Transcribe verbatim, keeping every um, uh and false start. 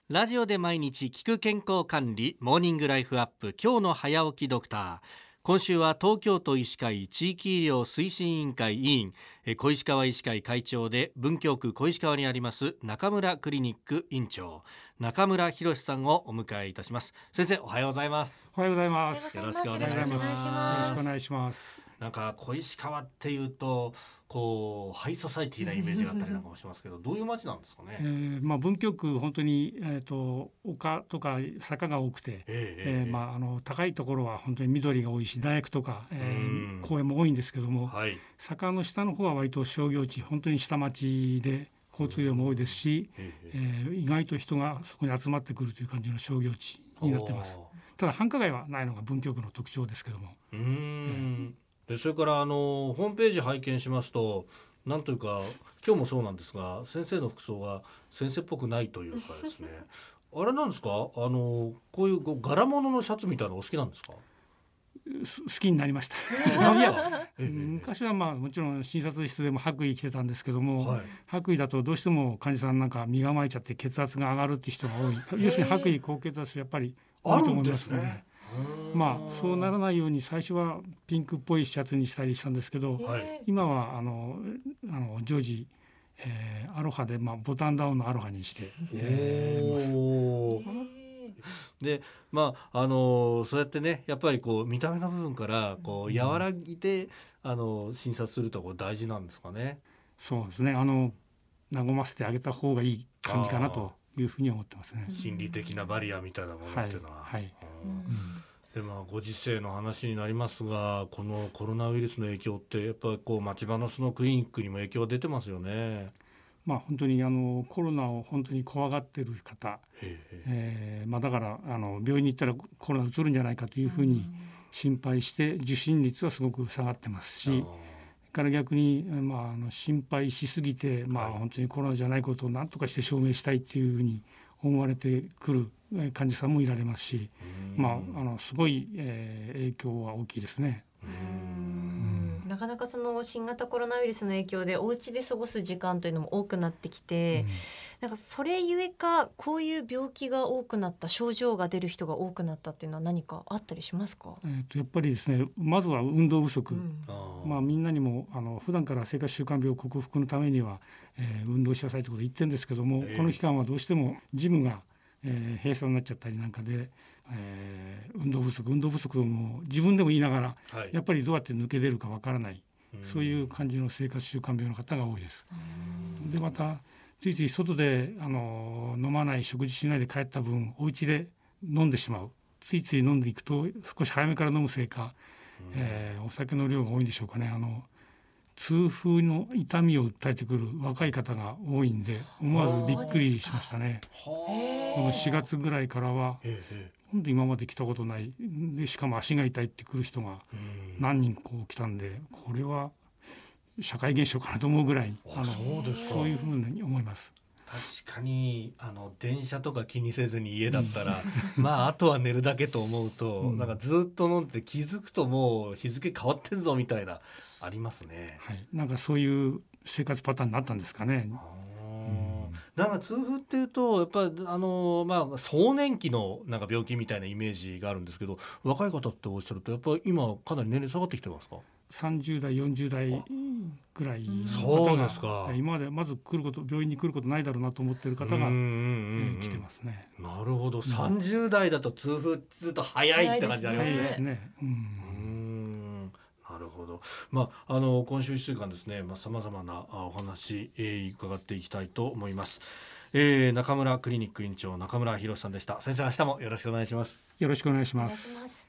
ラジオで毎日聞く健康管理モーニングライフアップ、今日の早起きドクター。今週は東京都医師会地域医療推進委員会委員、小石川医師会会長で文京区小石川にあります中村クリニック院長、中村博さんをお迎えいたします。先生、おはようございます。 おはようございます。 よろしくお願いします。 よろしくお願いします。 なんか小石川っていうとこうハイソサイティなイメージがあったりなんかもしますけどどういう街なんですかね。 えーまあ、文京区本当に、えー、と丘とか坂が多くて、えーえーまあ、あの高いところは本当に緑が多いし大学とか、えー、公園も多いんですけども、はい、坂の下の方は割と商業地、本当に下町で交通量も多いですし、えー、意外と人がそこに集まってくるという感じの商業地になってます。ただ繁華街はないのが文京区の特徴ですけども。 うーん、えー、でそれからあのホームページ拝見しますと、なんというか今日もそうなんですが先生の服装が先生っぽくないというかですねあれなんですか、あのこういう柄物のシャツみたいなのお好きなんですか？ 好きになりましたいや昔はまあもちろん診察室でも白衣着てたんですけども、はい、白衣だとどうしても患者さんなんか身構えちゃって血圧が上がるっていう人が多い。要するに白衣高血圧やっぱり多いと思いますので、ね、まあそうならないように最初はピンクっぽいシャツにしたりしたんですけど、今はあのあの常時、えー、アロハで、まあ、ボタンダウンのアロハにして、えー、ますでまああのそうやってねやっぱりこう見た目の部分からこう和らぎで、うん、あの診察するところ大事なんですかね。 そうですね、あの和ませてあげた方がいい感じかなというふうに思ってますね。 心理的なバリアみたいなものっていうのは、はいはい、うん、でまあ、ご時世の話になりますが、このコロナウイルスの影響ってやっぱりこう町場のそのクリニックにも影響出てますよね。 まあ、本当にあのコロナを本当に怖がっている方、えーまあ、だからあの病院に行ったらコロナうつるんじゃないかというふうに心配して受診率はすごく下がってますし、から逆に、まあ、あの心配しすぎて、まあ、本当にコロナじゃないことを何とかして証明したいというふうに思われてくる患者さんもいられますし、まあ、あのすごい、えー、影響は大きいですね。 うーん、なかなかその新型コロナウイルスの影響でお家で過ごす時間というのも多くなってきて、うん、なんかそれゆえかこういう病気が多くなった、症状が出る人が多くなったっていうのは何かあったりしますか？ えー、とやっぱりですね、まずは運動不足、うん、まあ、みんなにもあの普段から生活習慣病克服のためには、えー、運動しなさいということを言ってるんですけども、えー、この期間はどうしてもジムがえー、閉鎖になっちゃったりなんかで、えー、運動不足運動不足も自分でも言いながら、はい、やっぱりどうやって抜け出るかわからない、そういう感じの生活習慣病の方が多いです。でまたついつい外であの飲まない食事しないで帰った分お家で飲んでしまう、ついつい飲んでいくと少し早めから飲むせいか、えー、お酒の量が多いんでしょうかね。あの痛風の痛みを訴えてくる若い方が多いんで思わずびっくりしましたね。このしがつぐらいからは本当今まで来たことないで、しかも足が痛いってくる人が何人こう来たんで、これは社会現象かなと思うぐらい、あのそうですか、そういうふうに思います。 確かにあの電車とか気にせずに家だったら、うん、まああとは寝るだけと思うと、うん、なんかずっと飲んで気づくともう日付変わってんぞみたいなありますね。 はい、なんかそういう生活パターンになったんですかね。 うん、なんか痛風っていうとやっぱりあの、まあ、壮年期のなんか病気みたいなイメージがあるんですけど、若い方っておっしゃるとやっぱり今かなり年齢下がってきてますか？さんじゅう代よんじゅう代ぐらいの方が、 そうか、 今までまず来ること病院に来ることないだろうなと思っている方が、えー、来てますね。 なるほど、さんじゅう代だと痛風ずっと早いって感じありますね。 早いですね。うん、うん、なるほど。まあ、あの今週いっしゅうかんですね、まあ、様々なお話、えー、伺っていきたいと思います。えー、中村クリニック院長中村博さんでした。先生、明日もよろしくお願いします。 よろしくお願いします。